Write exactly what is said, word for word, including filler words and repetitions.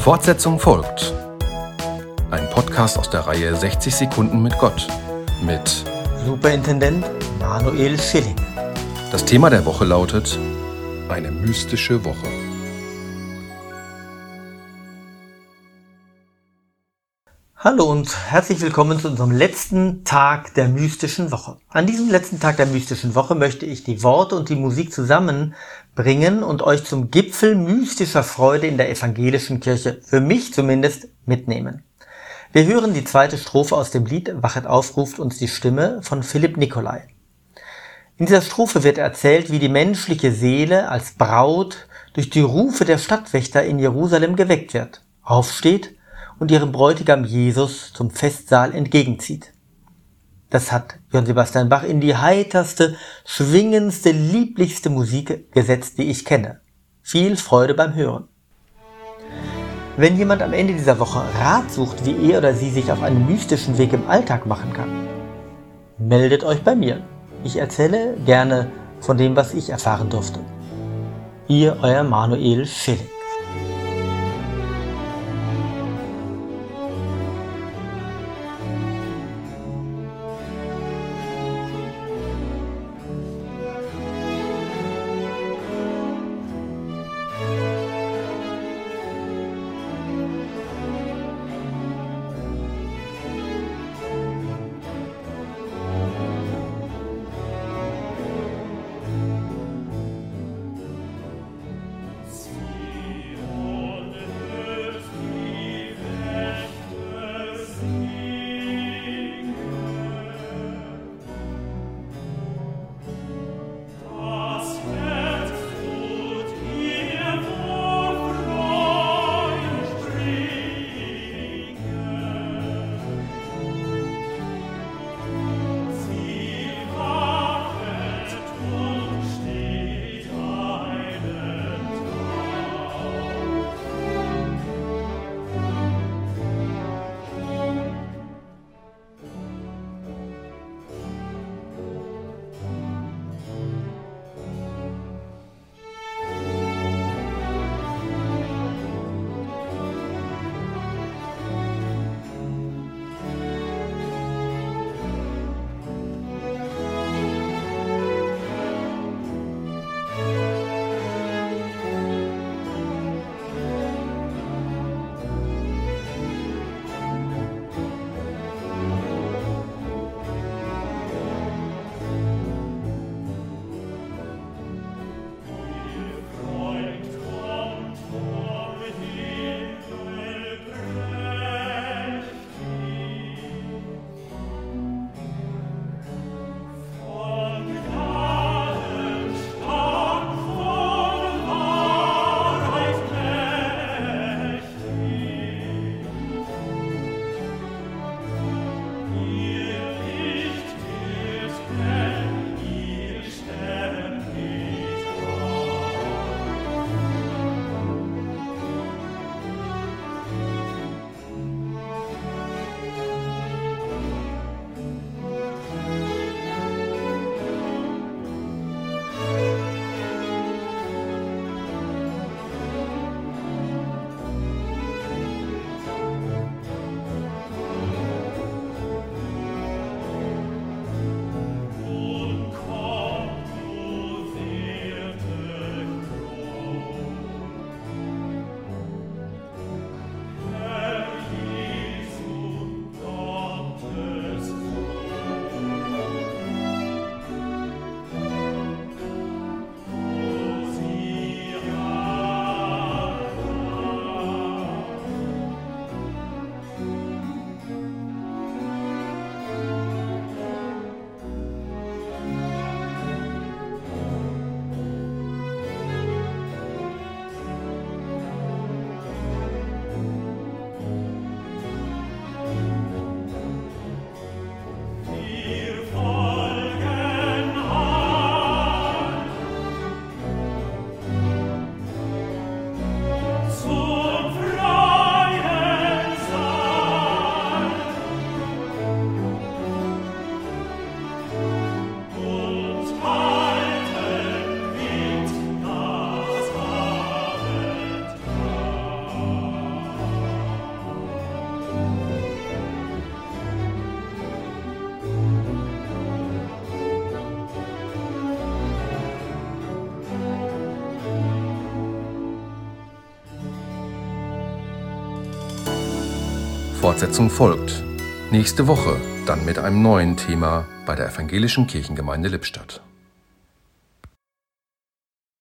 Fortsetzung folgt. Ein Podcast aus der Reihe sechzig Sekunden mit Gott mit Superintendent Manuel Schilling. Das Thema der Woche lautet: Eine mystische Woche. Hallo und herzlich willkommen zu unserem letzten Tag der mystischen Woche. An diesem letzten Tag der mystischen Woche möchte ich die Worte und die Musik zusammenbringen und euch zum Gipfel mystischer Freude in der evangelischen Kirche, für mich zumindest, mitnehmen. Wir hören die zweite Strophe aus dem Lied Wachet auf, ruft uns die Stimme von Philipp Nicolai. In dieser Strophe wird erzählt, wie die menschliche Seele als Braut durch die Rufe der Stadtwächter in Jerusalem geweckt wird, aufsteht und ihrem Bräutigam Jesus zum Festsaal entgegenzieht. Das hat Johann Sebastian Bach in die heiterste, schwingendste, lieblichste Musik gesetzt, die ich kenne. Viel Freude beim Hören. Wenn jemand am Ende dieser Woche Rat sucht, wie er oder sie sich auf einen mystischen Weg im Alltag machen kann, meldet euch bei mir. Ich erzähle gerne von dem, was ich erfahren durfte. Ihr, euer Manuel Schilling. Fortsetzung folgt. Nächste Woche dann mit einem neuen Thema bei der Evangelischen Kirchengemeinde Lippstadt.